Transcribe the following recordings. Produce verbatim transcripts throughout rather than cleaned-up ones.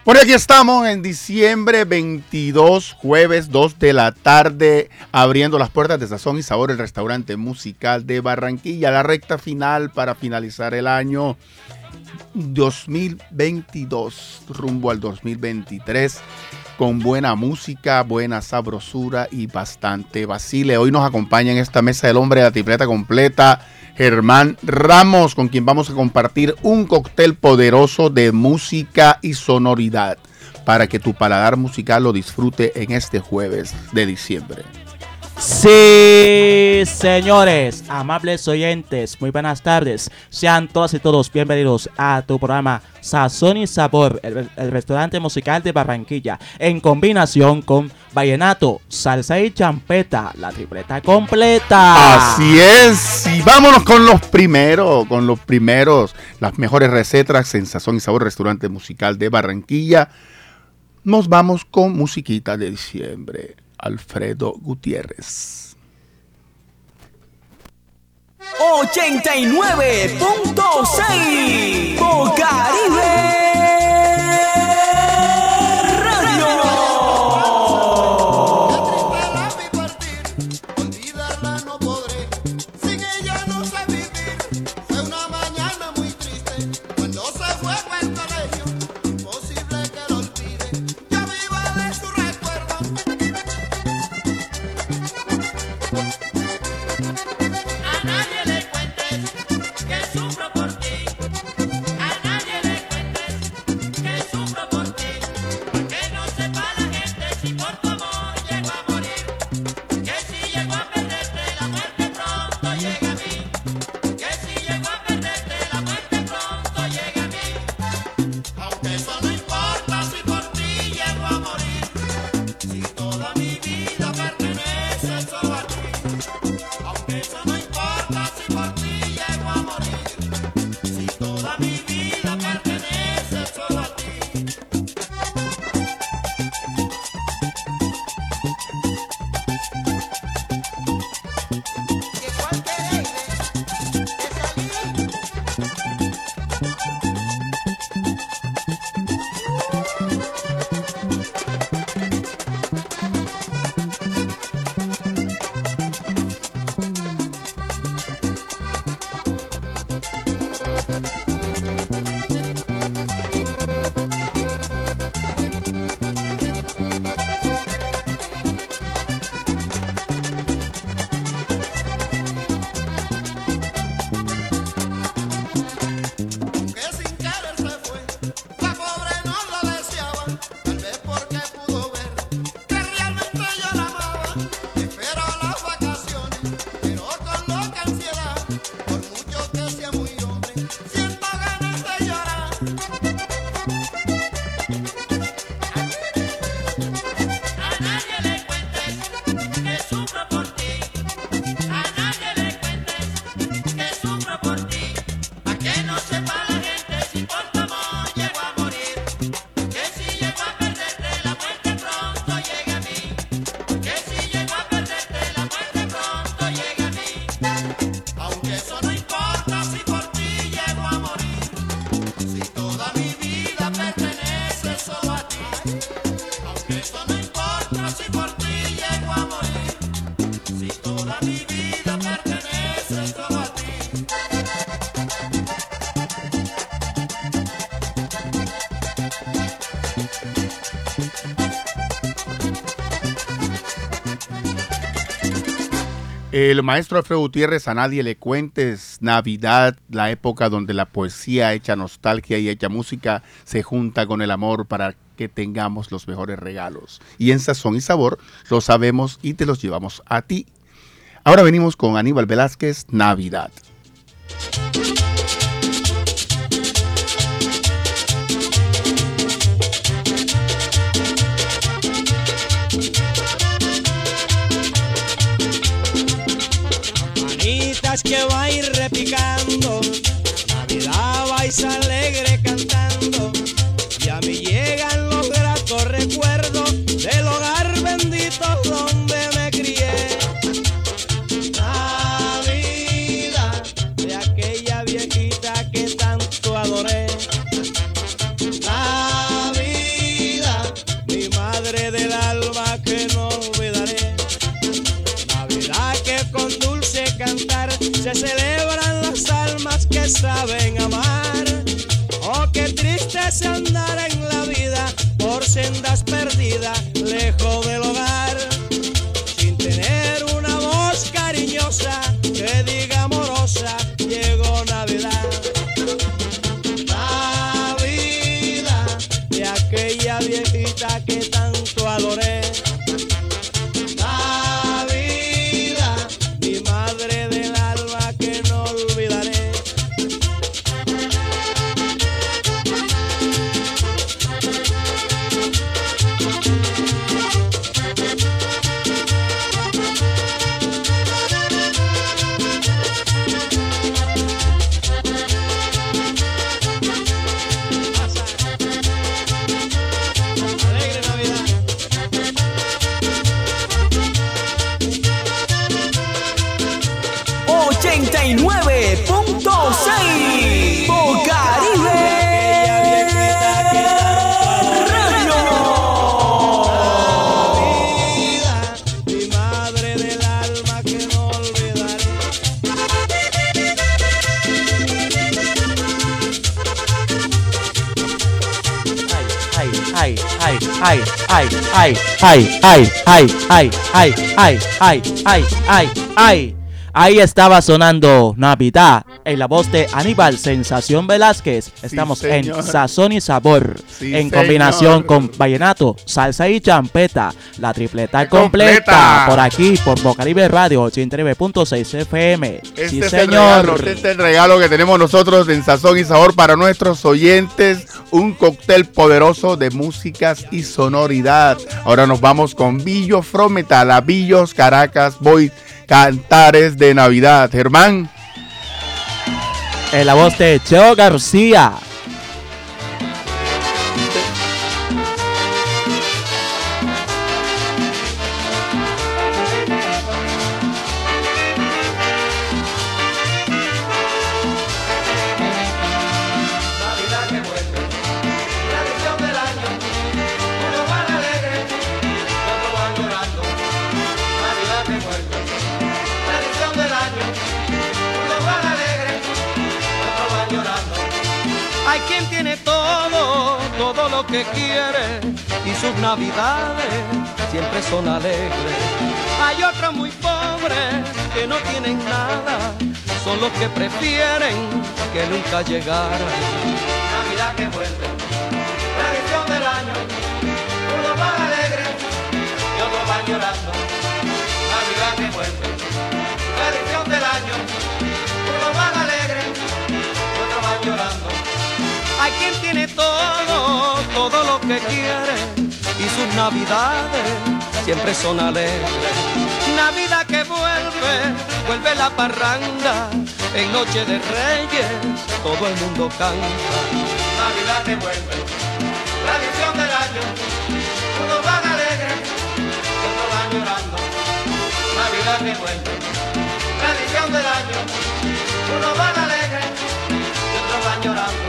Bueno, aquí estamos en diciembre veintidós, jueves dos de la tarde, abriendo las puertas de Sazón y Sabor, el restaurante musical de Barranquilla, la recta final para finalizar el año dos mil veintidós, rumbo al dos mil veintitrés, con buena música, buena sabrosura y bastante vacile. Hoy nos acompaña en esta mesa el hombre de la tripleta completa, Germán Ramos, con quien vamos a compartir un cóctel poderoso de música y sonoridad para que tu paladar musical lo disfrute en este jueves de diciembre. Sí, señores, amables oyentes, muy buenas tardes. Sean todas y todos bienvenidos a tu programa Sazón y Sabor, el, el restaurante musical de Barranquilla, en combinación con vallenato, salsa y champeta, la tripleta completa. Así es, y vámonos con los primeros, con los primeros, las mejores recetas en Sazón y Sabor, restaurante musical de Barranquilla. Nos vamos con musiquita de diciembre. Alfredo Gutiérrez. ochenta y nueve punto seis Bocaribe Radio. Olvidarla no podré, sin ella no sé vivir. Fue una mañana muy triste cuando se fue para el colegio. Imposible que lo olvide, yo vivo de su recuerdo. A nadie le cuentes que sufro por ti. A nadie le cuentes que sufro por ti. Que no sepa la gente si por tu amor llego a morir. Que si llego a perderte la muerte pronto llega a mí. Que si llego a perderte la muerte pronto llega a mí. Aunque eso no importa si por ti llego a morir. Si toda mi vida pertenece solo a ti. Aunque eso no importa si por ti llego a morir. Si toda mi vida pertenece solo a ti. Que cualquier aire que salí. Que sin querer se fue, la pobre no lo deseaba, tal vez porque pudo ver que realmente yo la amaba. Espero las vacaciones, pero con loca ansiedad, por mucho que sea muy hombre, siento ganas de llorar. A nadie le cuentes que sufro por ti. A nadie le cuentes que sufro por ti. Pa' que no sepa la gente si por tu amor llego a morir. Que si llego a perderte la muerte pronto llega a mí. Que si llego a perderte la muerte pronto llega a mí. Aunque eso no importa si por ti llego a morir. Si toda mi vida pertenece solo a ti. Aunque eso no importa si por ti llego a morir. Si toda mi vida pertenece solo a ti. El maestro Alfredo Gutiérrez, a nadie le cuentes, Navidad, la época donde la poesía hecha nostalgia y hecha música se junta con el amor para que tengamos los mejores regalos. Y en Sazón y Sabor lo sabemos y te los llevamos a ti. Ahora venimos con Aníbal Velázquez, Navidad. Manitas que va a ir repicando, Navidad vais alegre cantando, y a mí llegan los gratos recuerdos del hogar bendito donde me crié. Navidad de aquella viejita que tanto adoré. Navidad tristeza andar en la vida por sendas perdidas, lejos del hogar, sin tener una voz cariñosa que diga amorosa, llegó Navidad. Navidad de aquella viejita que tanto adoré. Navidad, mi madre del alma que no olvidaré. Alegre Navidad. ochenta y nueve punto seis Bocaribe Radio. Navidad, mi madre del alma que no olvidaré. Ay, ay, ay, ay, ay, ay, ay, ay, ay, ay, ay, ay, ay, ay, ay, ay. Ahí estaba sonando Navidad en la voz de Aníbal Sensación Velázquez. Estamos en señor. Sazón y Sabor, Sí, en combinación señor. con vallenato, salsa y champeta, la tripleta Completa. completa, por aquí, por Bocaribe Radio ochenta y nueve punto seis F M. Este Sí, es el señor. regalo, este es el regalo que tenemos nosotros en Sazón y Sabor para nuestros oyentes, un cóctel poderoso de músicas y sonoridad. Ahora nos vamos con Billo Frometal, a Billos Caracas Boys, Cantares de Navidad. Germán. En la voz de Cheo García. Navidad que vuelve, tradición del año, unos van alegres y otros van llorando. Navidad que vuelve, tradición del año, unos van alegres y otros van llorando. Hay quien tiene todo, todo lo que quiere y sus navidades siempre son alegres. Hay otros muy pobres que no tienen nada, son los que prefieren que nunca llegara. Navidad que vuelve, tradición del año, unos van alegres y otros van llorando. Navidad que vuelve, tradición del año, unos van alegres y otros van llorando. Hay quien tiene todo, todo lo que quiere y sus navidades siempre son alegres. Navidad que vuelve, vuelve la parranda, en noche de reyes todo el mundo canta. Navidad que vuelve, tradición del año, unos van alegres y otros van llorando. Navidad que vuelve, tradición del año, unos van alegres y otros van llorando.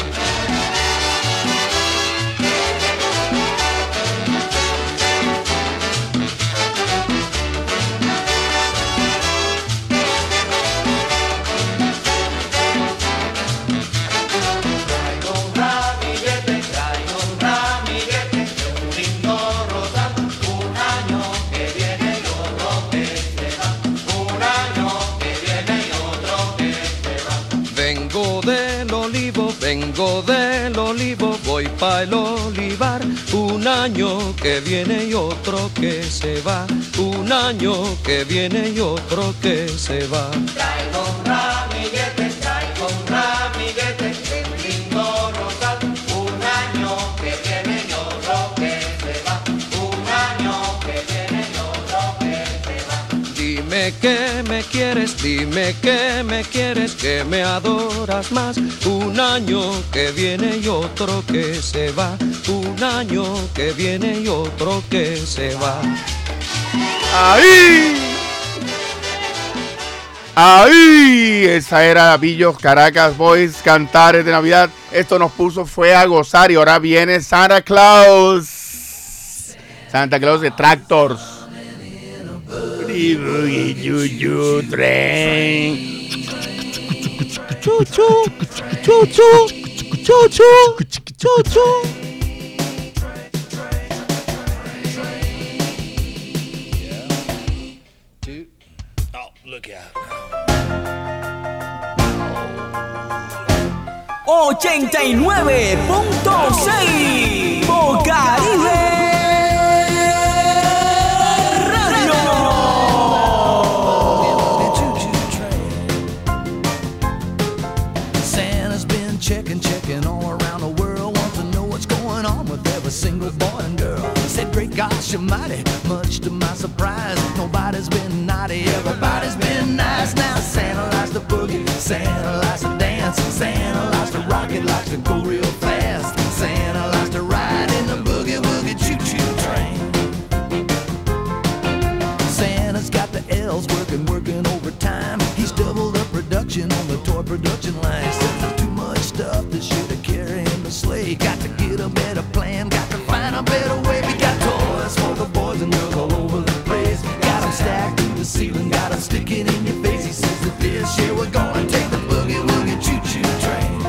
Traigo un ramillete, traigo un ramillete, un lindo rosal, un año que viene y otro que se va, un año que viene y otro que se va. Vengo del olivo, vengo del olivo, voy pa' el olivar. Un año que viene y otro que se va, un año que viene y otro que se va. Traigo un ramillete, traigo un ramillete, un lindo rosal, un año que viene y otro que se va, un año que viene y otro que se va. Dime que me quieres, dime que me quieres, que me adoras más. Un año que viene y otro que se va, un año que viene y otro que se va. ¡Ahí! ¡Ahí! Esa era Billos Caracas Boys, Cantares de Navidad. Esto nos puso, fue a gozar y ahora viene Santa Claus. Santa Claus de Tractors. Tren. Chuchu, chuchu, Chuchu, chuchu. ochenta y nueve punto seis Bocaribe Radio. Santa's been checking, checking all around the world, wants to know what's going on with every single boy and girl. He said, great gosh almighty, much to my surprise, nobody's been naughty, everybody's been nice. Now Santa likes to boogie, Santa likes to dance, Santa likes to rock it, likes to go real fast, Santa likes to ride in the boogie woogie choo-choo train. Santa's got the elves working, working overtime. He's doubled up production on the toy production line. Says there's too much stuff this year to carry in the sleigh. Got to get a better plan, got to find a better way. We got toys for the boys and girls all over the place. Got them stacked to the ceiling, got them sticking in your face. He says that this year we're gonna take the boogie woogie choo-choo train.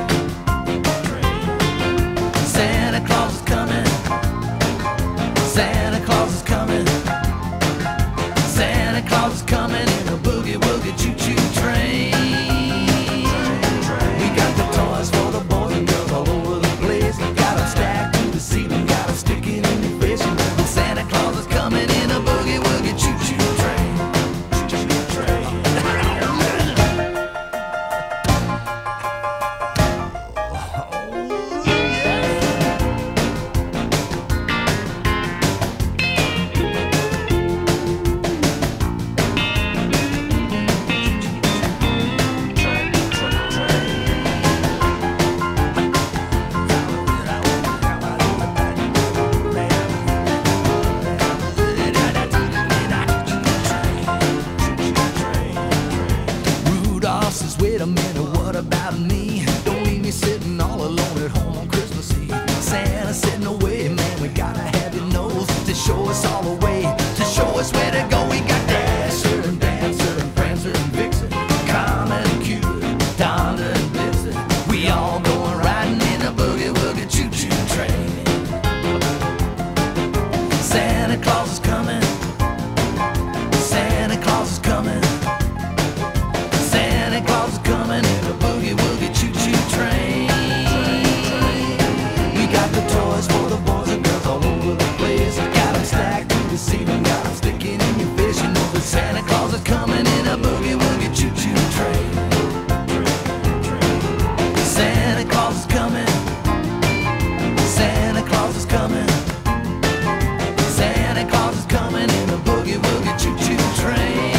Santa Claus is coming, Santa Claus is coming, Santa Claus is coming in a boogie woogie choo-choo train. We got the toys for the boys and girls all over the place. Got them stacked to the ceiling, got them sticking in your face. You know that Santa Claus is coming in a boogie woogie choo-choo train. Choo-choo train. Rudolph says, wait a minute, what about me? Don't leave me sitting all alone at home on Christmas Eve. Santa said, no way, man, we gotta have your nose to show us all the way, to show us where to go. We got Dasher and Dancer and Prancer and Vixen, Comet and Cupid, Donner and Blitzen. We all going riding in a boogie woogie choo-choo train. Santa Claus is coming, Santa Claus is coming, Santa Claus is coming in a boogie woogie choo-choo train. We got the toys for the boys and girls all over the place. Got them stacked to the ceiling, got them sticking in your face. You know that Santa Claus is coming in a boogie woogie choo-choo train. Santa Claus is coming, Santa Claus is coming, Santa Claus is coming in a boogie woogie choo-choo train.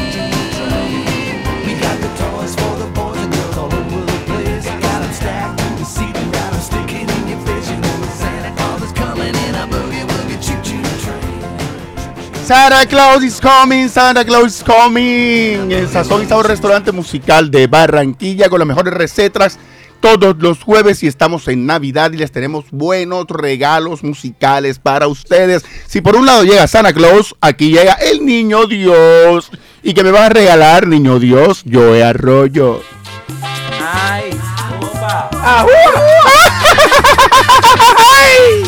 We got the toys for the boys and girls all over the place. Got them stacked to the ceiling, got them sticking in your face. You know that Santa Claus is coming in a boogie woogie choo-choo train. Santa Claus is coming, Santa Claus is coming. El Sazón y Sabor Restaurante Musical de Barranquilla con las mejores recetas todos los jueves y estamos en Navidad y les tenemos buenos regalos musicales para ustedes. Si por un lado llega Santa Claus, aquí llega el Niño Dios. ¿Y qué me vas a regalar, Niño Dios? Joe Arroyo. Ay, opa. ¡Ajú! ¡Ay!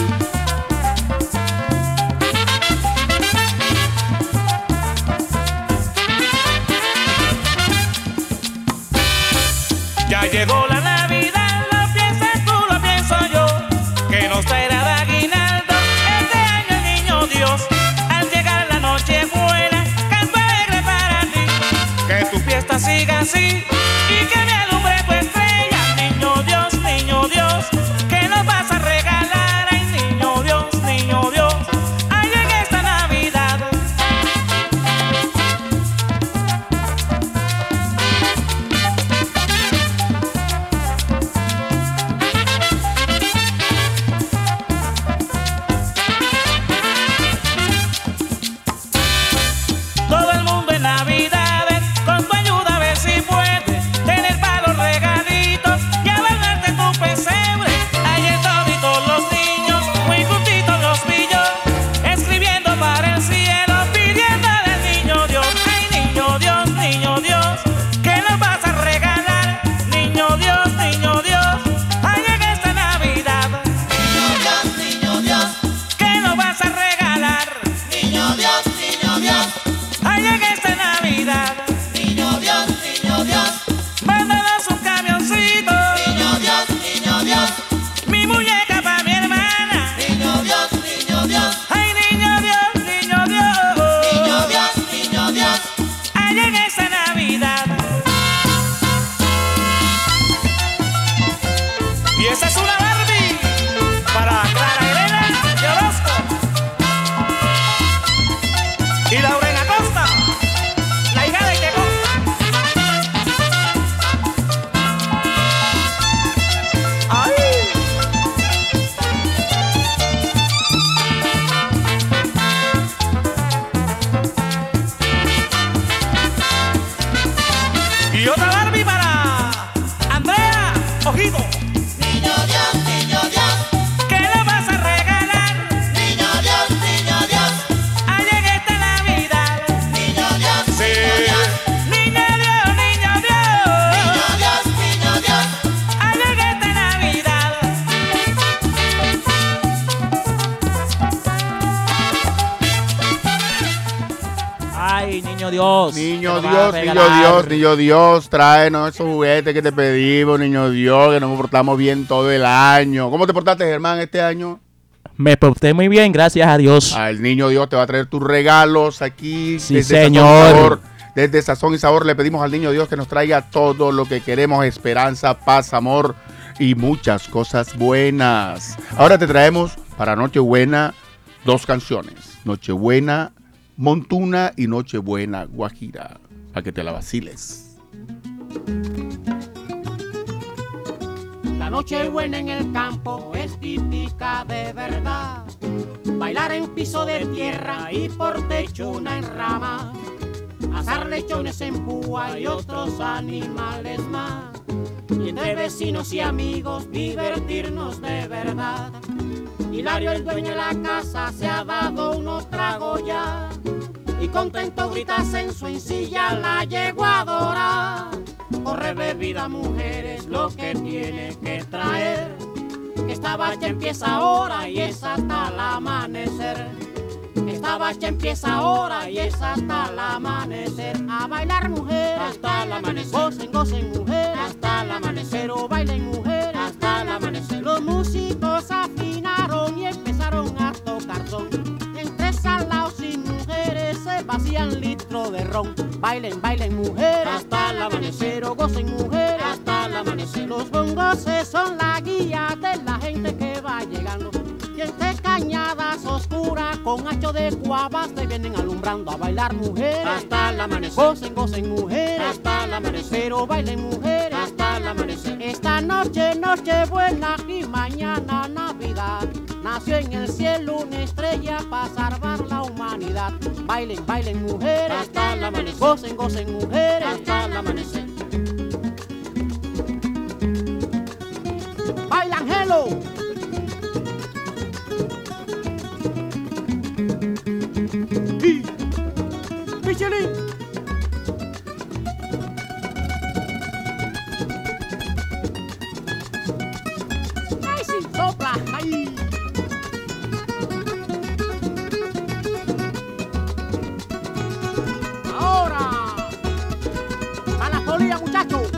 Ya llegó la Navidad, lo piensas tú, lo pienso yo, que nos traerá de aguinaldo este año el Niño Dios. Al llegar la noche buena, canto alegre para ti, que tu fiesta siga así y que me alumbre tu estrella. Niño Dios, Niño Dios, que nos vas niño Dios. Niño que nos va a Dios, niño regalar. Dios, niño Dios, tráenos esos juguetes que te pedimos, niño Dios, que nos portamos bien todo el año. ¿Cómo te portaste, Germán, este año? Me porté muy bien, gracias a Dios. Al niño Dios te va a traer tus regalos aquí. Sí, desde Sazón y señor. Sabor. Desde Sazón y Sabor le pedimos al niño Dios que nos traiga todo lo que queremos, esperanza, paz, amor y muchas cosas buenas. Ahora te traemos para Nochebuena dos canciones. Nochebuena Montuna y Nochebuena Guajira, para que te la vaciles. La noche buena en el campo es típica de verdad. Bailar en piso de tierra y por techo una enrama. Asar lechones en púa y otros animales más. Y entre vecinos y amigos divertirnos de verdad. Hilario, el dueño de la casa, se ha dado unos tragos ya. Y contento grita en su encilla la yeguadora. Corre bebida, mujeres, lo que tiene que traer. Esta bacha empieza ahora y es hasta el amanecer. Esta bacha empieza ahora y es hasta el amanecer. A bailar, mujer, hasta el amanecer. Gocen, gocen, mujer, hasta el amanecer. O bailen, mujer, hasta el amanecer. Los músicos afinaron y empezaron a tocar son. Entre salados y mujeres se vacían litros de ron. Bailen, bailen, mujer, hasta el amanecer. O gocen, mujer, hasta el amanecer. Los bongos son la guía de la gente que va llegando. Y entre cañadas oscuras con hacho de guavas te vienen alumbrando. A bailar, mujeres, hasta el amanecer. Gocen, gocen, mujeres, hasta el amanecer. Pero bailen, mujeres, hasta el amanecer. Esta noche, noche buena y mañana Navidad. Nació en el cielo una estrella para salvar la humanidad. Bailen, bailen, mujeres, hasta el amanecer. Gocen, gocen, mujeres, hasta el amanecer. Baila, Angelo. Michelin. Ay, sí, sopla, ay. Ahora, a la polilla, muchachos.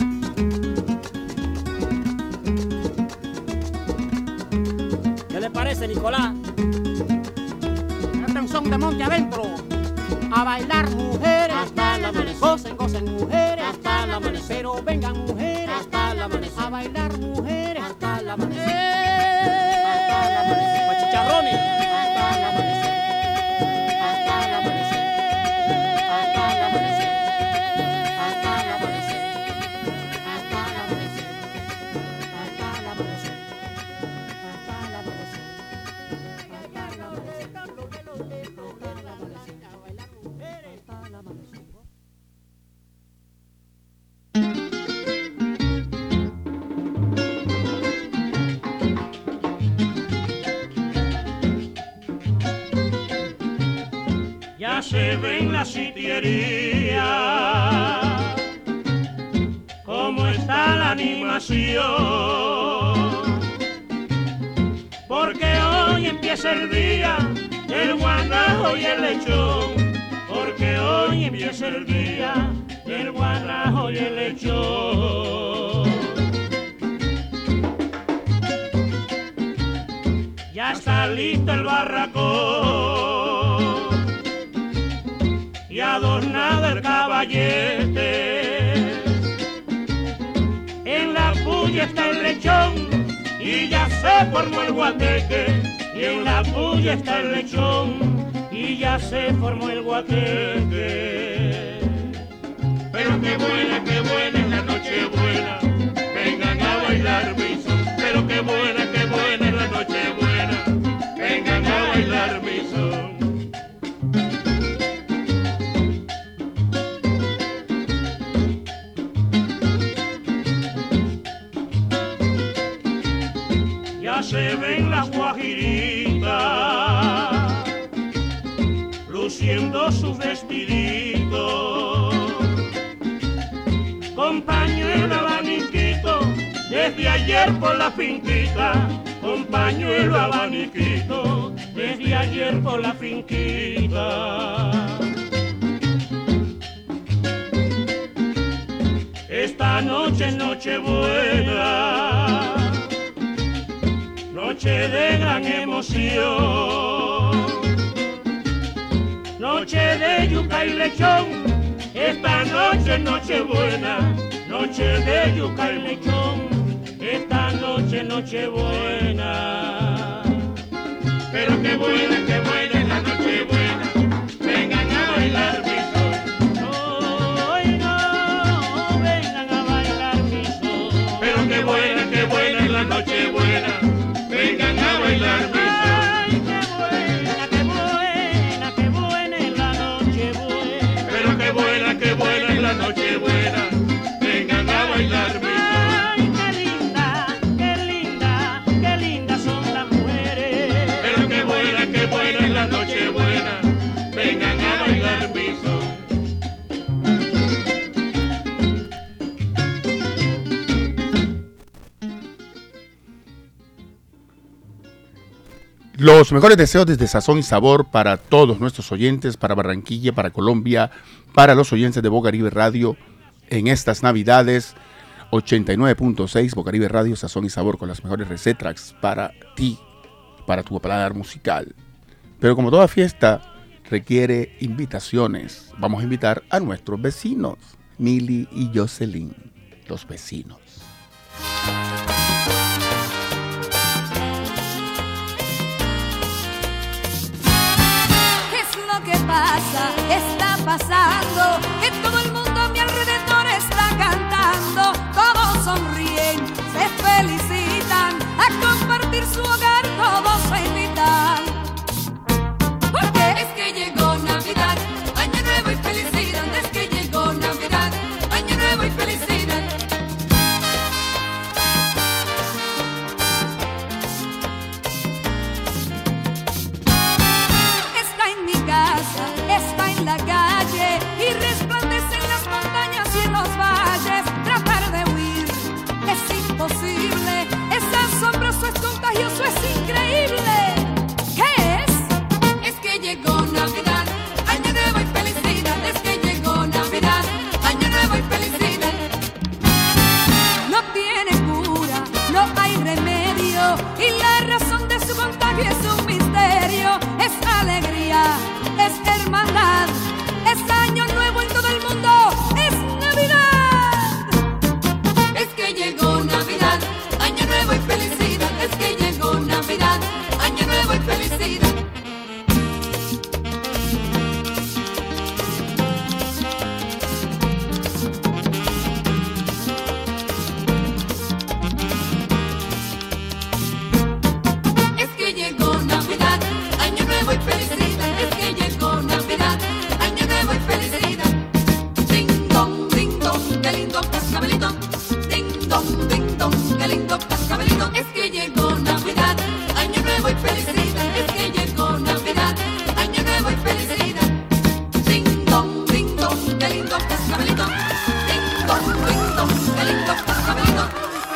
¿Qué le parece, Nicolás? Este es un son de monte adentro. A bailar, mujeres, Hasta el amanecer. Gocen, gocen, mujeres, Hasta el amanecer. Pero vengan, mujeres, Hasta el amanecer. a bailar, mujeres, Hasta el amanecer. ¡Eh! Hasta el amanecer. Pa' chicharrones. Hasta el amanecer. Hasta el amanecer. Hasta el amanecer. Hasta el amanecer. Hasta el amanecer. Hasta el amanecer. Hasta el amanecer. Hasta el amanecer. Ya se ve en la sitiería cómo está la animación, porque hoy empieza el día del guanajo y el lechón, porque hoy empieza el día del guanajo y el lechón. Ya está listo el barracón y adornado el caballete. En la puya está el lechón y ya se formó el guateque. Y en la puya está el lechón y ya se formó el guateque. Pero qué buena, qué buena es la noche buena. Vengan a bailar mi son. Pero qué buena, qué buena es la noche buena. Vengan a bailar mi son. Ya se ven las guajiritas luciendo sus vestiditos con pañuelo abaniquito desde ayer por la finquita, con pañuelo abaniquito desde ayer por la finquita. Esta noche es noche buena, noche de gran emoción, noche de yuca y lechón. Esta noche es noche buena, noche de yuca y lechón. Esta noche es noche buena. Pero qué buena, qué buena es la noche buena. Vengan a bailar mi sol. Hoy no, vengan a bailar mi sol. Pero qué buena, qué buena es la noche buena. Vengan a bailar mi sol. Ay, qué buena, qué buena, qué buena es la noche buena. Pero qué buena, qué buena es la noche buena. Vengan a bailar mi sol. Ay, qué linda, qué linda, qué lindas son las mujeres. Pero qué buena, qué buena es la noche buena. Vengan a bailar mi son. Los mejores deseos desde Sazón y Sabor para todos nuestros oyentes, para Barranquilla, para Colombia, para los oyentes de Bocaribe Radio en estas Navidades. ochenta y nueve punto seis Bocaribe Radio, Sazón y Sabor, con las mejores recetas para ti, para tu paladar musical. Pero como toda fiesta requiere invitaciones, vamos a invitar a nuestros vecinos, Mili y Jocelyn, los vecinos. ¿Qué es lo que pasa? Está pasando que todo el mundo a mi alrededor está cantando. Todos sonríen, se felicitan, a compartir su hogar todos se invitan. ¿Por qué? Es que llegó Navidad, Año Nuevo y felicidad. Es que llegó Navidad, Año Nuevo y felicidad. Está en mi casa, está en la calle y resplandece en las montañas y en los valles. Tratar de huir es imposible, es asombroso, es contagioso, es increíble. ¿Qué es? Es que llegó Navidad, Año Nuevo y felicidad. Es que llegó Navidad, Año Nuevo y felicidad. No tiene cura, no hay remedio y la razón de su contagio es un misterio. Es alegría, es hermandad, es Año Nuevo en todo el mundo, es Navidad. Es que llegó Navidad, Año Nuevo y felicidad. Es que llegó Navidad, Año Nuevo y felicidad. Es que llegó Navidad, Año Nuevo y felicidad. Es que llegó Navidad, Año Nuevo y felicidad. Ding dong, ding dong, qué lindo cascabelito. Ding dong, ding dong, qué lindo cascabelito. Es que llegó Navidad, Año Nuevo y felicidad. Es que llegó Navidad, Año Nuevo y felicidad. Ding dong, ding dong, qué lindo cascabelito. Ding dong, ding dong, qué lindo cascabelito.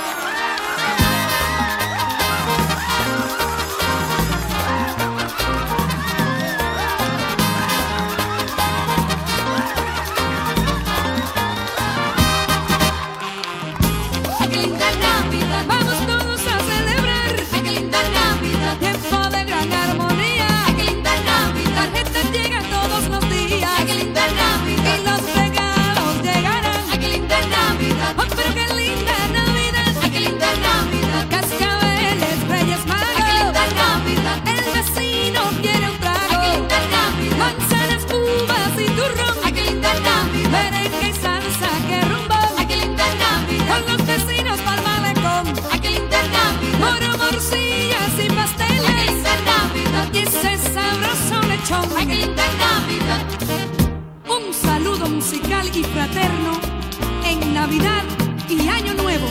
Ay, qué linda Navidad, vamos todos a celebrar. Ay, qué linda Navidad, tiempo de gran armonía. Ay, qué linda Navidad, tarjetas llegan todos los días. Ay, qué linda Navidad, y los regalos llegarán. Ay, qué linda Navidad, oh, pero qué linda Navidad. Ay, qué linda Navidad, cascabeles, reyes magos. Ay, qué linda Navidad, el vecino quiere un trago. Ay, qué linda Navidad, manzanas, uvas y turrón. Ay, qué linda Navidad, merengue y salsa, qué rumbo. Ay, qué linda Navidad, con los vecinos pa'l malecón. Ay, qué linda Navidad, moro, morcillas y pasteles. Ay, qué linda Navidad, y ese sabroso lechón. Ay, qué linda Navidad. Un saludo musical y fraterno en Navidad y Año Nuevo.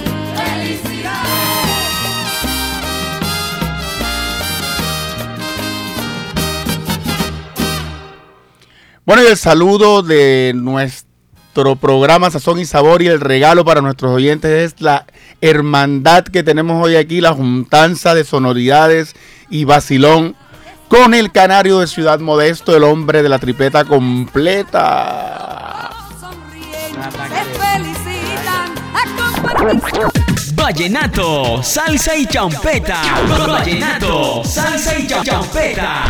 Bueno, y el saludo de nuestro programa Sazón y Sabor, y el regalo para nuestros oyentes es la hermandad que tenemos hoy aquí, la juntanza de sonoridades y vacilón con el canario de Ciudad Modesto, el hombre de la tripeta completa. Sonríen, se felicitan, a Vallenato, salsa y champeta. Vallenato, salsa y cha- champeta.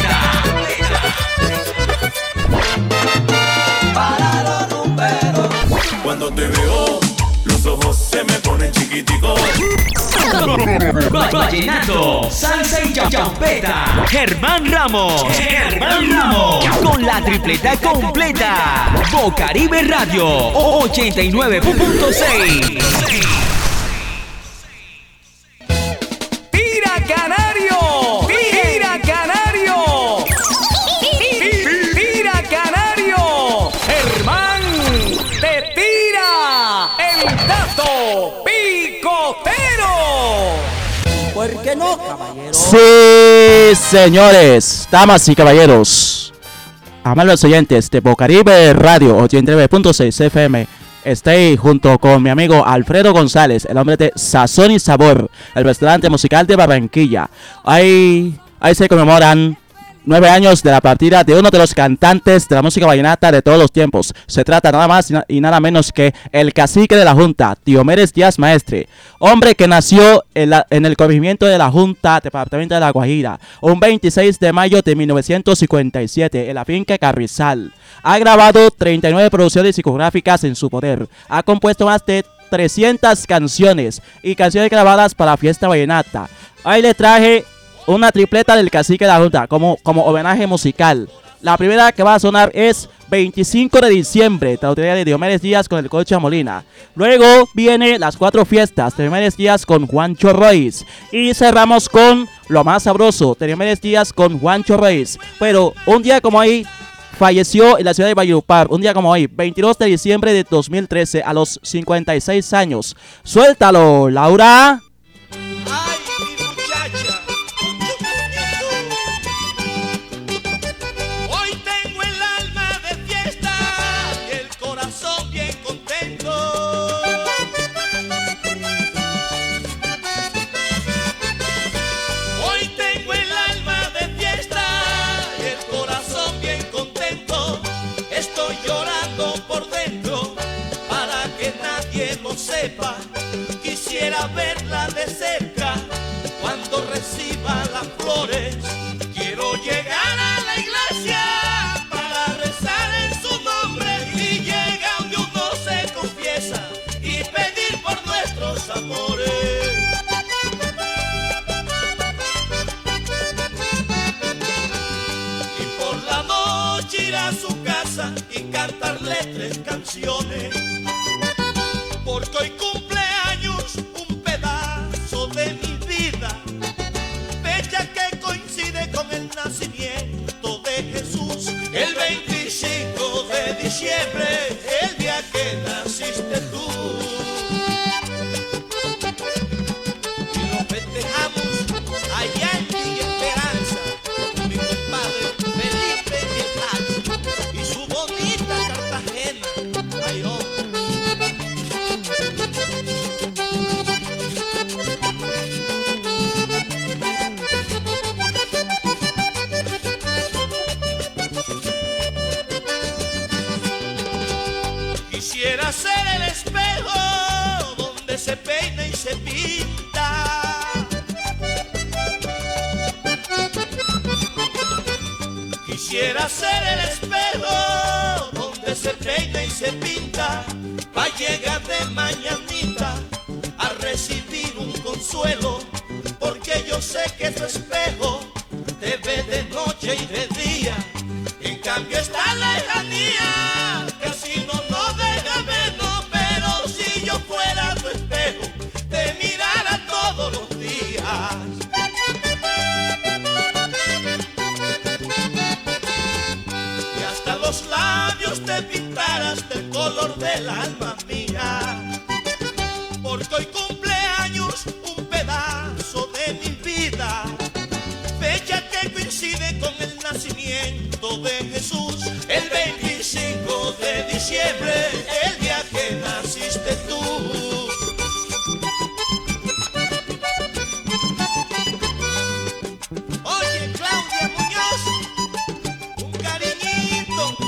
Para los rumberos. Cuando te veo, los ojos se me ponen chiquiticos. Va- Vallenato, salsa y cha- champeta. Germán Ramos. Germán Ramos. Con la tripleta completa. Bocaribe Radio ochenta y nueve punto seis. ¡Tira Canario! ¡Tira Canario! ¡Tira Canario! ¡Germán te tira el dato picotero! ¿Por qué no, caballero? Sí, señores, damas y caballeros, amables oyentes de Bocaribe Radio ochenta y nueve punto seis F M, estoy junto con mi amigo Alfredo González, el hombre de Sazón y Sabor, el restaurante musical de Barranquilla. Ahí, ahí se conmemoran nueve años de la partida de uno de los cantantes de la música vallenata de todos los tiempos. Se trata nada más y nada menos que el cacique de la Junta, Diomedes Díaz Maestre, hombre que nació en, la, en el corregimiento de la Junta, departamento de La Guajira, un veintiséis de mayo de mil novecientos cincuenta y siete, en la finca Carrizal. Ha grabado treinta y nueve producciones discográficas en su poder. Ha compuesto más de trescientas canciones y canciones grabadas para la fiesta vallenata. Ahí le traje una tripleta del cacique de la Junta como, como homenaje musical. La primera que va a sonar es veinticinco de diciembre, de la autoría de Diomedes Díaz con el Colcha Molina. Luego viene Las Cuatro Fiestas de Diomedes Díaz con Juancho Royce. Y cerramos con Lo Más Sabroso de Diomedes Díaz con Juancho Royce. Pero un día como hoy falleció en la ciudad de Valledupar, un día como hoy, veintidós de diciembre de dos mil trece, a los cincuenta y seis años. Suéltalo, Laura. Ay, mi muchacha, hoy tengo el alma de fiesta y el corazón bien contento. Hoy tengo el alma de fiesta y el corazón bien contento. Estoy llorando por dentro para que nadie lo sepa. Quisiera verla de cerca cuando reciba las flores. Quiero llegar a la iglesia para rezar en su nombre. Y llega donde uno se confiesa y pedir por nuestros amores. Y por la noche ir a su casa y cantarle tres canciones. Porque hoy cumpleaños un pedazo de mi vida, fecha que coincide con el nacimiento de Jesús. El veinticinco de diciembre, el día que naciste tú. Y lo festejamos allá en Villa Esperanza, con mi compadre Felipe Etas y su bonita Cartagena. Ay, hombre. Quisiera ser el espejo donde se peina y se pinta. Quisiera ser el espejo donde se peina y se pinta. Pa' llegar de mañanita a recibir un consuelo. Porque yo sé que tu espejo te ve de noche y de día. En cambio esta lejanía casi no nos deja vernos. Pero si yo fuera tu espejo, te mirara todos los días. Y hasta los labios te pintaras del color del alma mía. Porque hoy cumpleaños un pedazo de mi vida, fecha que coincide con el nacimiento de Jesús. El veinticinco de diciembre, el día que naciste tú. Oye, Claudia Muñoz, un cariñito.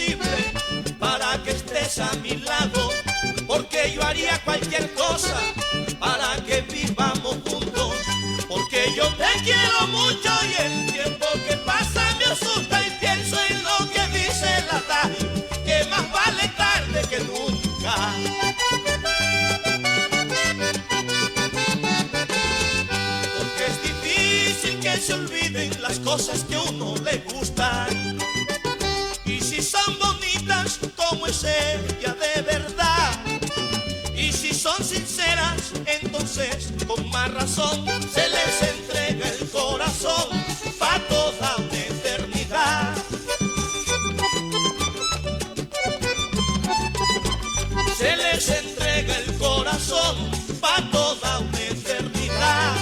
posible para que estés a mi lado, porque yo haría cualquier cosa para que vivamos juntos, porque yo te quiero mucho y el tiempo que pasa me asusta y pienso en lo que dice la radio, que más vale tarde que nunca. Porque es difícil que se olviden las cosas que a uno le gustan, y si son bonitas como es ella de verdad, y si son sinceras, entonces con más razón se les entrega el corazón pa' toda una eternidad. Se les entrega el corazón pa' toda una eternidad.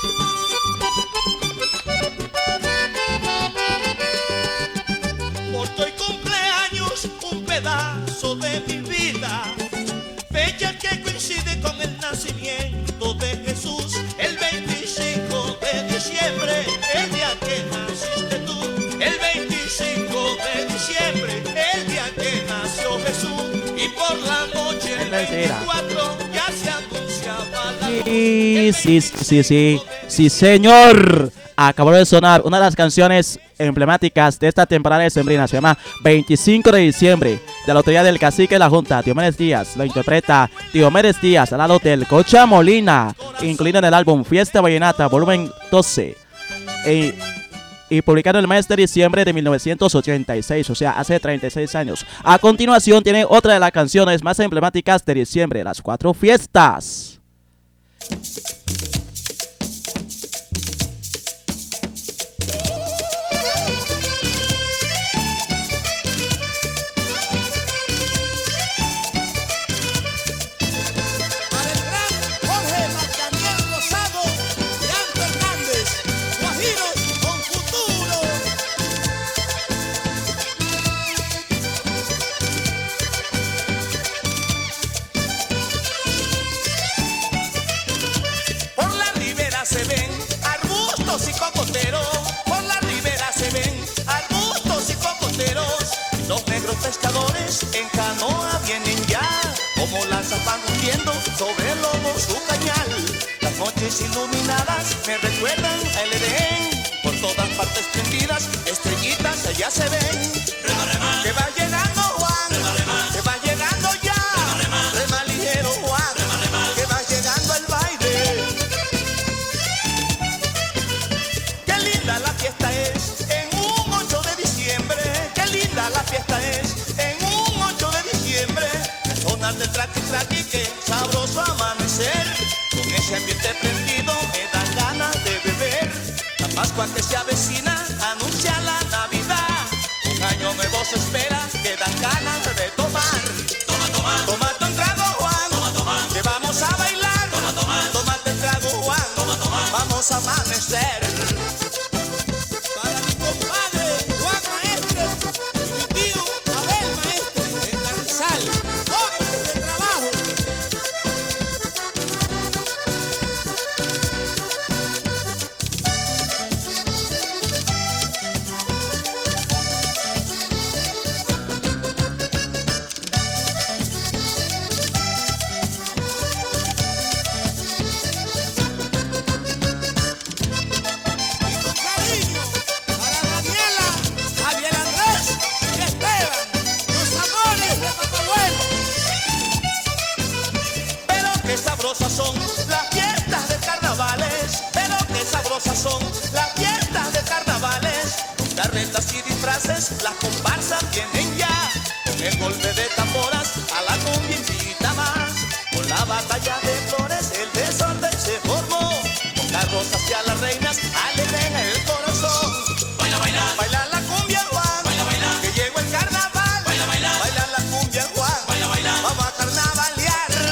Porque hoy cumpleaños un pedazo de mi vida, fecha que coincide con el nacimiento de Jesús, el veinticinco de diciembre, el día que naciste tú, el veinticinco de diciembre, el día que nació Jesús, y por la noche el veinticuatro ya se anunciaba la luz. Sí, sí, sí, sí, sí, señor. Acabó de sonar una de las canciones emblemáticas de esta temporada de sembrina. Se llama veinticinco de diciembre, de la autoría del Cacique de la Junta, Diomedes Díaz. Lo interpreta Diomedes Díaz al lado del Cocha Molina, incluido en el álbum Fiesta Vallenata, volumen doce. E, y publicado el mes de diciembre de mil novecientos ochenta y seis, o sea, hace treinta y seis años. A continuación tiene otra de las canciones más emblemáticas de diciembre, Las Cuatro Fiestas. Se ven arbustos y cocoteros, por la ribera se ven arbustos y cocoteros. Los negros pescadores en canoa vienen ya, como lanzas van hundiendo sobre el lomo su cañal. Las noches iluminadas me recuerdan al Edén, por todas partes prendidas, estrellitas allá se ven. Rema, rema, que va llenando Juan, rema, rema, que va llegando ya, rema, rema, rema ligero Juan, rema, rema, que va llegando el baile. La fiesta es en un ocho de diciembre, qué linda la fiesta es en un ocho de diciembre. El sonar del traqui traqui, qué sabroso amanecer, con ese ambiente prendido me dan ganas de beber. La Pascua que se avecina anuncia la Navidad, un año nuevo se espera, que dan ganas de tomar. Toma, toma, tómate un trago Juan, toma, toma, que vamos a bailar. Toma, toma, tómate un trago Juan, toma, toma, vamos a amanecer. Son las fiestas de carnavales, pero qué sabrosas son las fiestas de carnavales. Con carretas y disfraces, las comparsas vienen ya, con el golpe de tamboras a la cumbia invita más. Con la batalla de flores el desorden se formó, con carrozas y a las reinas alegren el corazón. Baila, baila, baila la cumbia Juan, baila, baila, que llegó el carnaval. Baila, baila, baila la cumbia Juan, baila, baila, vamos a carnavalear.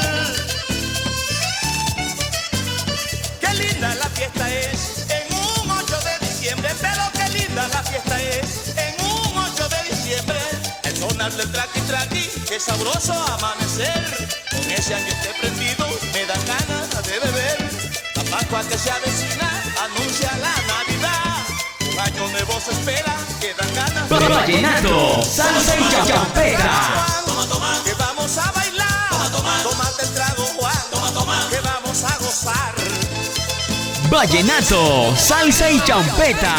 La fiesta es en un ocho de diciembre, pero qué linda la fiesta es en un ocho de diciembre. El sonar del traqui traqui, qué sabroso amanecer, con ese ambiente prendido me dan ganas de beber. La Pascua que se avecina anuncia la Navidad, un año nuevo nos espera, quedan ganas Vallenato, salsa y champeta. Toma, toma, que vamos a bailar. Toma, toma, tómate el trago, Juan. Toma, toma, que vamos a gozar. Vallenato, salsa y champeta.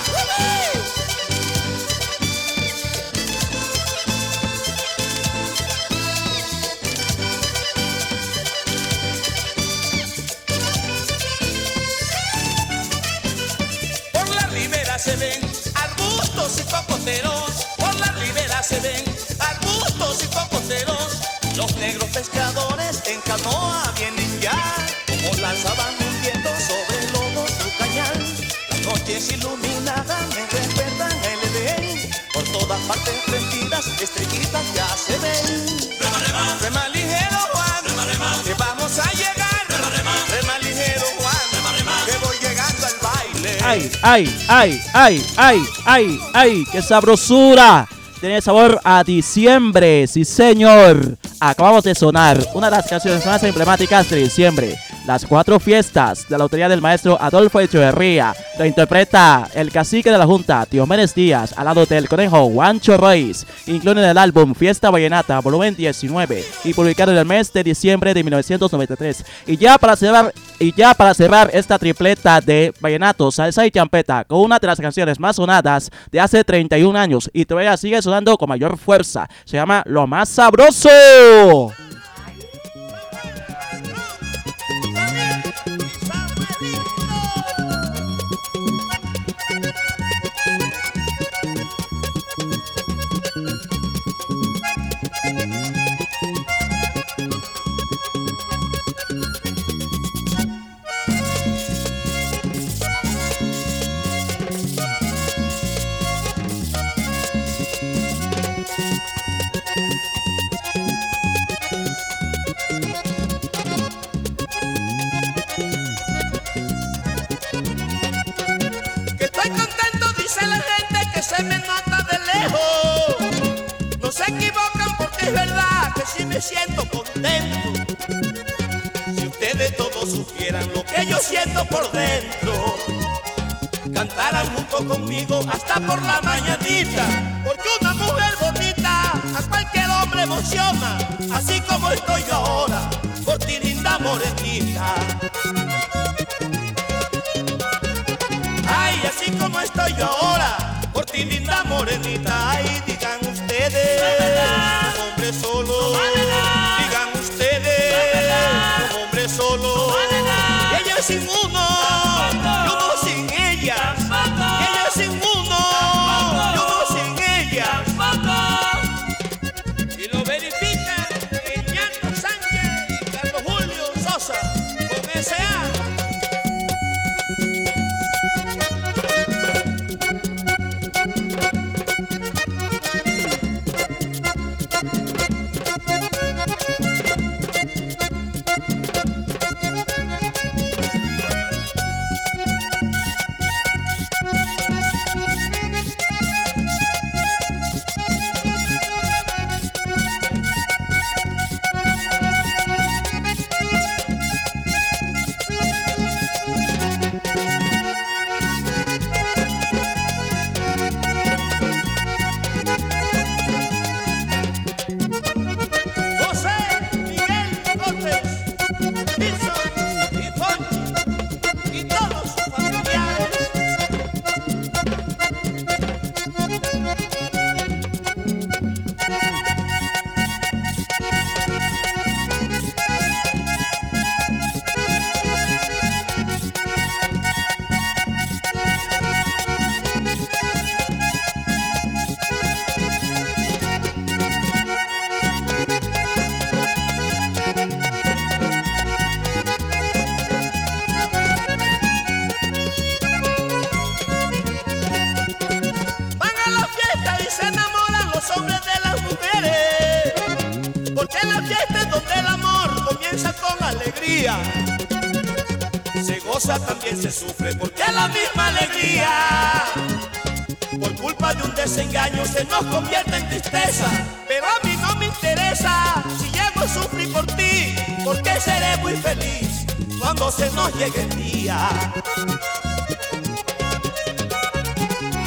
Por la ribera se ven arbustos y cocoteros. Por la ribera se ven arbustos y cocoteros. Los negros pescadores en canoa vienen ya, como lanza van hundiendo sobre el lodo su cañal. Las noches iluminadas me recuerdan el Edén. Por todas partes prendidas, estrellitas ya se ven. Rema, rema, rema ligero, Juan, rema, rema, que vamos a llegar. Rema, rema, rema ligero, Juan, rema, rema, que voy llegando al baile. Ay, ay, ay, ay, ay, ay, ay, qué sabrosura. Tiene sabor a diciembre, sí señor. Acabamos de sonar una de las canciones más emblemáticas de diciembre. Las cuatro fiestas de la autoría del maestro Adolfo Echeverría. Lo interpreta el cacique de la Junta, Diomedes Díaz, al lado del conejo Juancho Ruiz. Incluye en el álbum Fiesta Vallenata, volumen diecinueve, y publicado en el mes de diciembre de mil novecientos noventa y tres. Y ya para cerrar, y ya para cerrar esta tripleta de vallenato, salsa y champeta, con una de las canciones más sonadas de hace treinta y un años, y todavía sigue sonando con mayor fuerza. Se llama Lo Más Sabroso. Estoy contento, dice la gente, que se me nota de lejos. No se equivocan porque es verdad que sí me siento contento. Si ustedes todos supieran lo que yo siento por dentro, cantaran junto conmigo hasta por la mañanita. Porque una mujer bonita a cualquier hombre emociona, así como estoy yo ahora, por ti linda morenita. Ay, así como estoy yo ahora, por ti linda morenita. Ay, digan ustedes, un hombre solo. Digan ustedes, un hombre solo. Y ella sin uno, y uno sin ella. Y ella sin uno, y uno sin ella. Y lo verifican Eñato Sánchez y Carlos Julio Sosa con S A. alegría. Se goza, también se sufre, porque es la misma alegría. Por culpa de un desengaño se nos convierte en tristeza. Pero a mí no me interesa si llego a sufrir por ti, porque seré muy feliz cuando se nos llegue el día. Ay,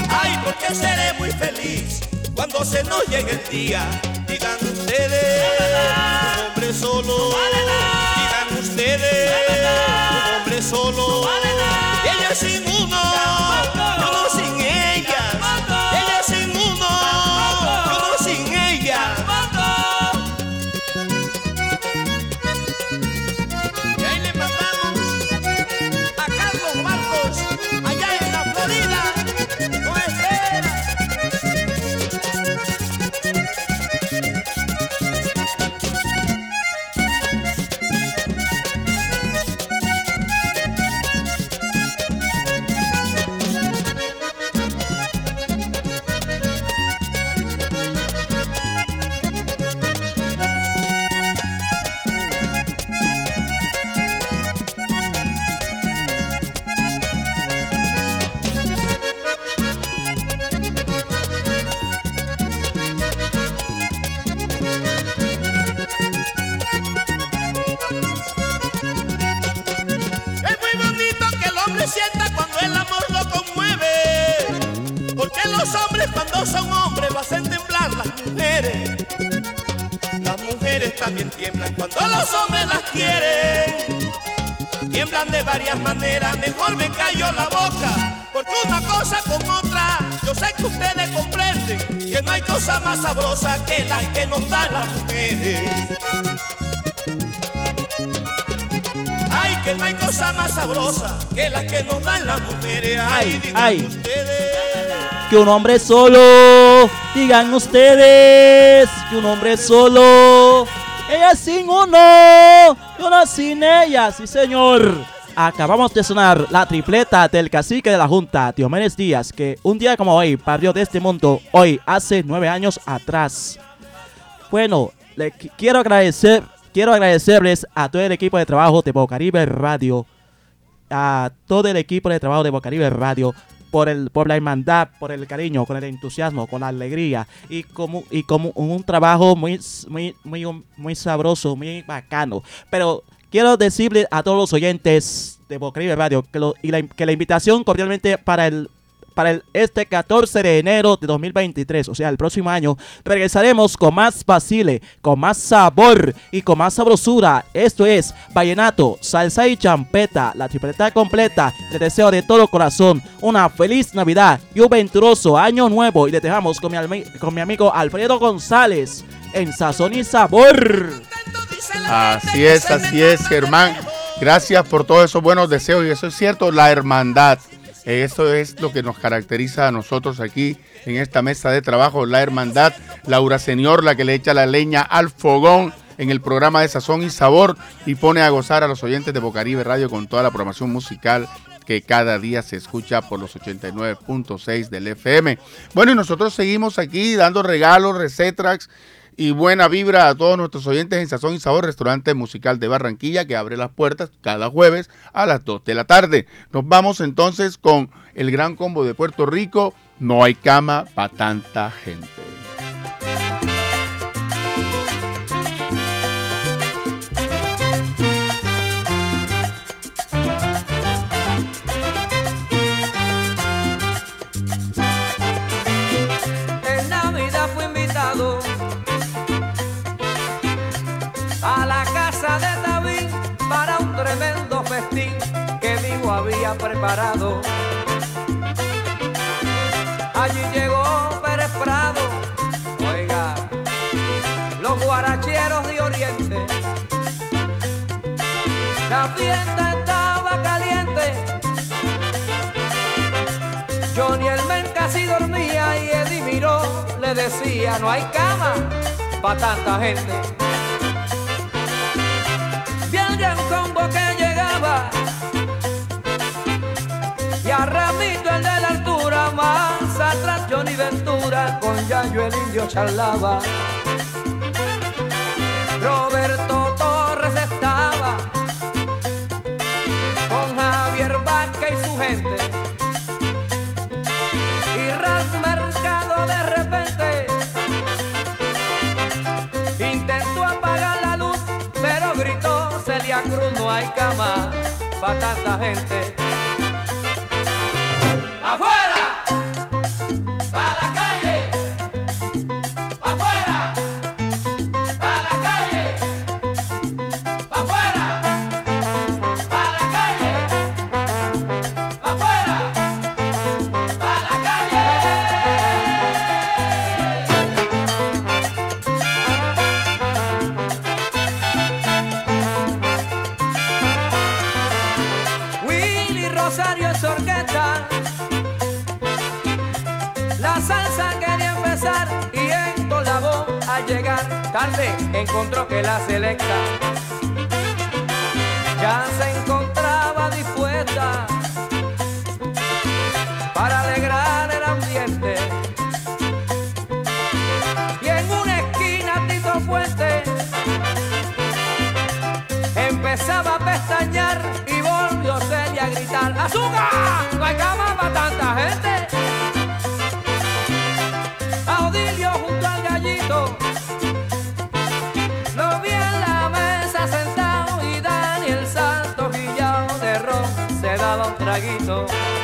porque seré muy feliz cuando se nos llegue el día. Digan ustedes, un hombre solo. Digan ustedes, un hombre solo. Y ella sin uno, yo no sin ella. Ella sin uno, yo no sin ella. Y ahí le mandamos a Carlos Marcos, allá en la Florida. No espera. Es muy bonito que el hombre sienta cuando el amor lo conmueve, porque los hombres cuando son hombres lo hacen temblar las mujeres. Las mujeres también tiemblan cuando los hombres las quieren. Tiemblan de varias maneras, mejor me callo la boca, porque una cosa con otra, yo sé que ustedes comprenden que no hay cosa más sabrosa que la que nos dan las mujeres. Ay, que no hay cosa más sabrosa que la que nos dan las mujeres. Ay, digan ay. ustedes. Que un hombre solo, digan ustedes, que un hombre solo, ella sin uno, y uno sin ella, sí señor. Acabamos de sonar la tripleta del cacique de la Junta, Diomedes Díaz, que un día como hoy partió de este mundo, hoy hace nueve años atrás. Bueno, le qu- quiero agradecer, quiero agradecerles a todo el equipo de trabajo de Bocaribe Radio, a todo el equipo de trabajo de Bocaribe Radio, por el por la hermandad, por el cariño, con el entusiasmo, con la alegría y como y como un trabajo muy muy muy muy sabroso, muy bacano. Pero quiero decirle a todos los oyentes de Bocaribe Radio que, lo, y la, que la invitación cordialmente para el para el, este catorce de enero de dos mil veintitrés, o sea, el próximo año, regresaremos con más basile, con más sabor y con más sabrosura. Esto es vallenato, salsa y champeta, la tripleta completa. Les deseo de todo corazón una feliz Navidad y un venturoso año nuevo. Y les dejamos con mi, almi- con mi amigo Alfredo González en Sazón y Sabor. Así es, así es, Germán. Gracias por todos esos buenos deseos. Y eso es cierto, la hermandad. Eso es lo que nos caracteriza a nosotros aquí en esta mesa de trabajo, la hermandad. Laura Señor, la que le echa la leña al fogón en el programa de Sazón y Sabor y pone a gozar a los oyentes de Bocaribe Radio con toda la programación musical que cada día se escucha por los ochenta y nueve punto seis del F M. Bueno, y nosotros seguimos aquí dando regalos, recetas y buena vibra a todos nuestros oyentes en Sazón y Sabor, restaurante musical de Barranquilla, que abre las puertas cada jueves a las dos de la tarde. Nos vamos entonces con el gran combo de Puerto Rico, No hay cama para tanta gente. En Navidad fui invitado a la casa de David para un tremendo festín que mi hijo había preparado. Allí llegó Pérez Prado, oiga, los guaracheros de Oriente. La fiesta estaba caliente, Johnny el men casi dormía y Eddie miró, le decía, no hay cama para tanta gente. Vi el gran combo que llegaba y a Ramito el de la altura, más atrás Johnny Ventura con Yayo el indio charlaba. Roberto Torres estaba con Javier Vázquez y su gente, y Ralph Mercado de repente intentó apagar la luz, pero gritó Celia Cruz, no hay cama para tanta gente. ¡Afuera! llegar tarde encontró que la selecta ya se encontraba dispuesta para alegrar el ambiente. Y en una esquina Tito Fuente empezaba a pestañear y volvió Celia a gritar: ¡azúcar! ¡No hay cama para tanta gente! A Odilio junto al gallito lo vi en la mesa sentado y Daniel Santos guillao de ron se daba un traguito.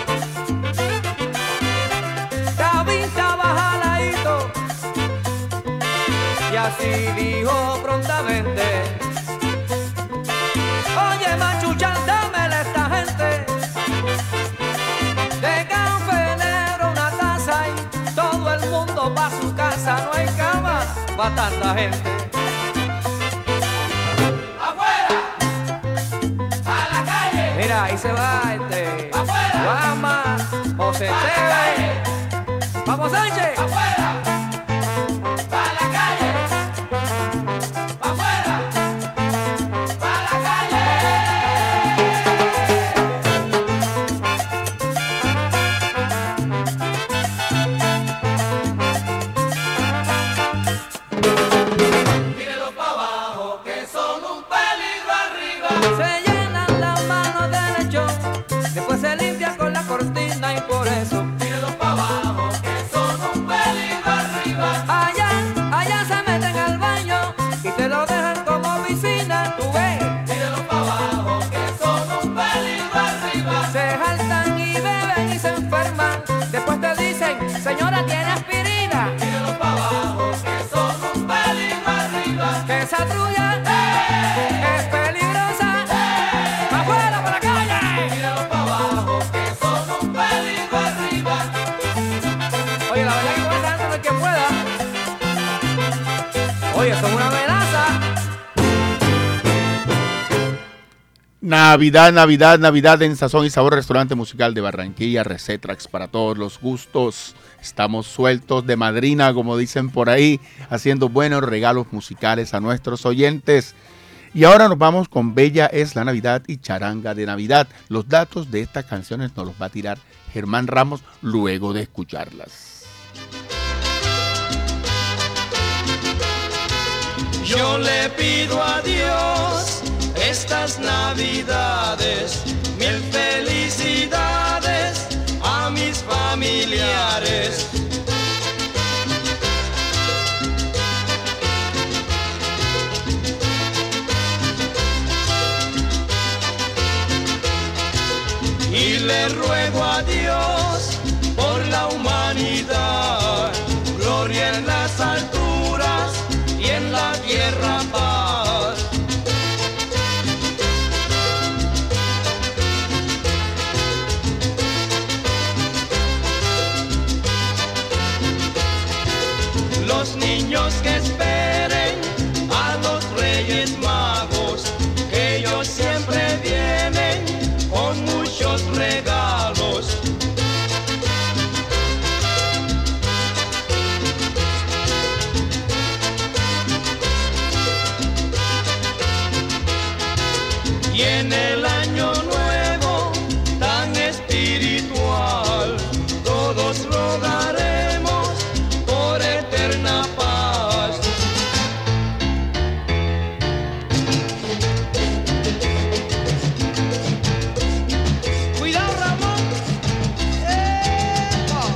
David estaba jaladito y así dijo prontamente: oye, machuchan, dámele a esta gente de cafenero una taza y todo el mundo pa' su casa. No hay cama pa' tanta gente. ¡Afuera! ¡A la calle! Mira, ahí se va este... ¡afuera! Guama, José Esteban. ¡Vamos, Sánchez! ¡Afuera! ¡A la calle! ¡Afuera! ¡A la calle! Mírenlo pa' abajo, que son un peligro arriba. Se llenan las manos de lechón, después se limpian con la cortina y por eso. Mírenlo pa' abajo, que son un peligro arriba. Allá, allá se meten al baño y te lo dejan como piscina, tú ves. Mírenlo pa' abajo, que son un peligro arriba. Se jaltan y beben y se enferman, después te dicen: señora, ¿tiene aspirina? Mírenlo pa' abajo, que son un peligro arriba. Que esa trulla es peligrosa. ¡Pa' afuera, para la calle! Mírenlo pa' abajo, que son un peligro arriba. Oye, la verdad que con esa gente no hay quien pueda. Oye, son una amenaza. Navidad, Navidad, Navidad en Sazón y Sabor, restaurante musical de Barranquilla, Recetrax para todos los gustos. Estamos sueltos de madrina, como dicen por ahí, haciendo buenos regalos musicales a nuestros oyentes. Y ahora nos vamos con Bella es la Navidad y Charanga de Navidad. Los datos de estas canciones nos los va a tirar Germán Ramos luego de escucharlas. Yo le pido a Dios estas navidades mil felicidades a mis familiares. Y le ruego a Dios por la humanidad, gloria en las alturas y en la tierra paz. Los niños que esperen a los Reyes Magos, que ellos siempre vienen con muchos regalos. Y en el año nuevo tan espiritual, todos rogaremos por eterna paz. Cuidado, Ramón. ¡Epa!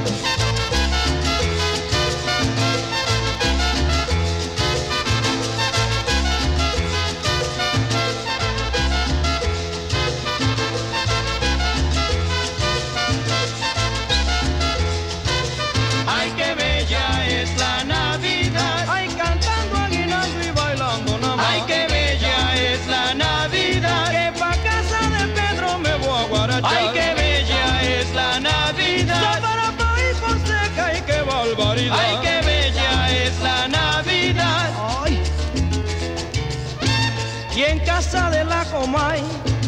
Ay, qué bella es la Navidad. Ay, cantando aguinaldo y bailando nada más. Ay, qué bella es la Navidad. Que pa' casa de Pedro me voy a guarachar. Ay, qué bella es la Navidad. Para país Fonseca y qué barbaridad. Ay, qué bella es la Navidad. Ay. Y en casa de la Comay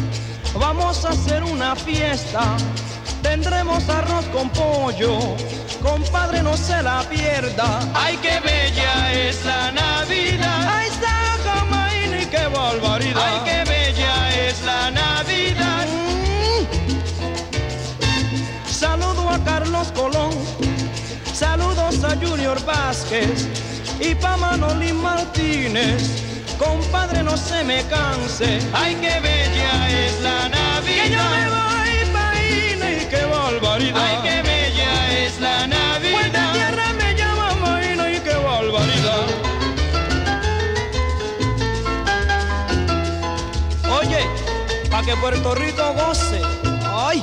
vamos a hacer una fiesta. Tendremos arroz con pollo, compadre, no se la pierda. Ay, qué bella es la Navidad. Ay, Sacamaini, qué barbaridad. Ay, qué bella es la Navidad. Mm. Saludo a Carlos Colón, saludos a Junior Vázquez y pa' Manolín Martínez. Compadre, no se me canse. Ay, qué bella es la Navidad. Que yo me voy pa' Ine, qué barbaridad. Ay, qué bella es la Navidad. Puerta tierra me llama Maína y qué barbaridad. Oye, pa' que Puerto Rico goce. Ay.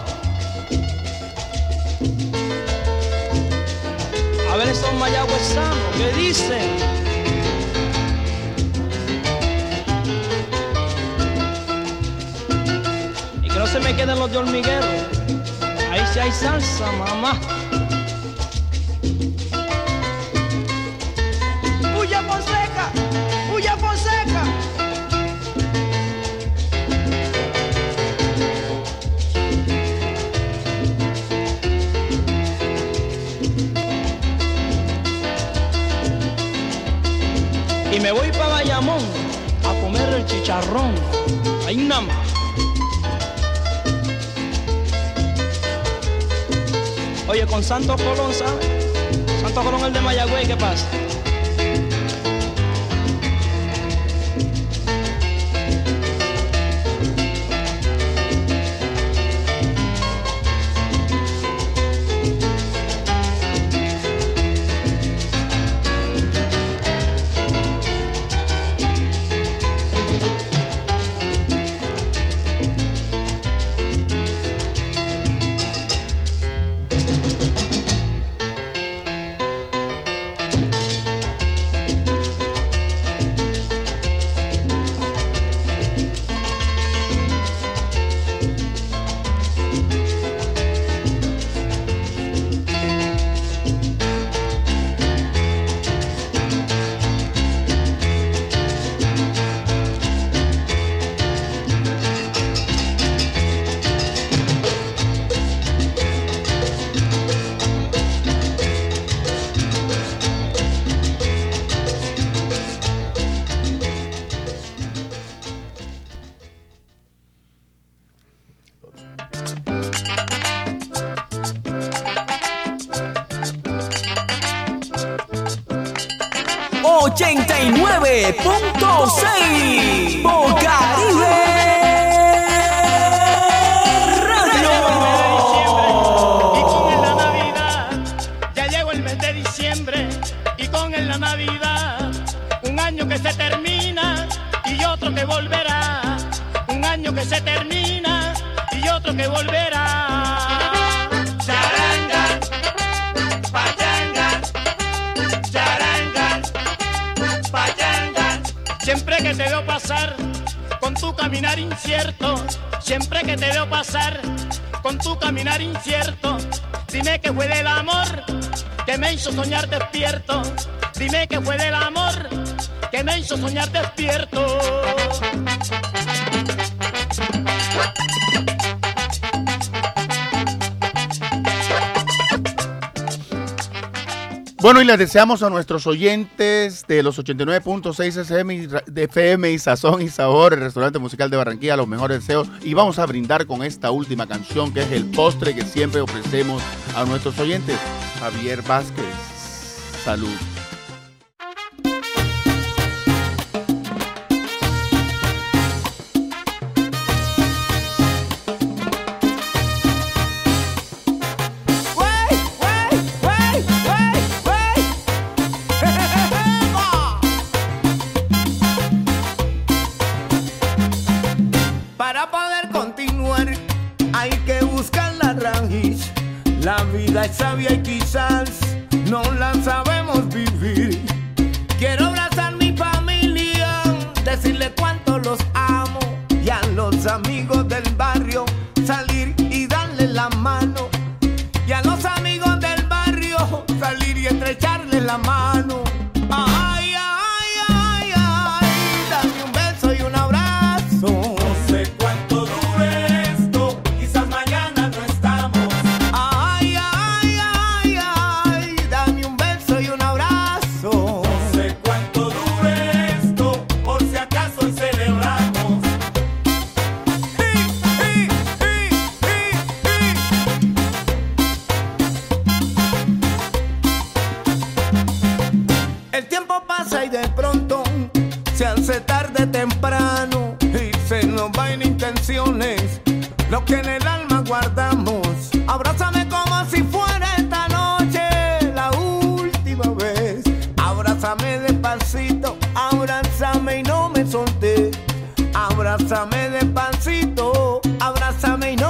A ver esos mayagüezanos, ¿qué dicen? Que no se me queden los de hormiguero. Ahí sí hay salsa, mamá. ¡Puya Fonseca! ¡Puya Fonseca! Y me voy para Bayamón a comer el chicharrón. Ahí nada más. Oye, con Santos Colón, ¿sabes? Santos Colón, el de Mayagüey, ¿qué pasa? ochenta y nueve punto seis Bocaribe Radio. Y con él la Navidad, ya llegó el mes de diciembre. Y con él la Navidad, un año que se termina y otro que volverá. Un año que se termina y otro que volverá. Charanga, pachanga, charanga, pachanga. Siempre que te veo pasar con tu caminar incierto, siempre que te veo pasar con tu caminar incierto, dime que fue del amor que me hizo soñar despierto. Dime que fue del amor que me hizo soñar despierto. Bueno, y les deseamos a nuestros oyentes de los ochenta y nueve punto seis F M y, de F M y Sazón y Sabor, el restaurante musical de Barranquilla, los mejores deseos. Y vamos a brindar con esta última canción, que es el postre que siempre ofrecemos a nuestros oyentes. Javier Vázquez, salud. Para poder continuar hay que buscar la raíz. La vida es sabia y quizás no la sabemos vivir. Quiero abrazar mi familia, decirle cuánto los amo, y a los amigos del barrio salir y darle la mano. Y a los amigos del barrio salir y estrecharle la mano. Ay, ay, ay, ay, dame un beso y un abrazo. No sé cuánto dure esto, quizás mañana no estamos. Ay, ay, ay, de tarde temprano y se nos va en intenciones lo que en el alma guardamos. Abrázame como si fuera esta noche la última vez. Abrázame despacito, abrázame y no me solté. Abrázame despacito, abrázame y no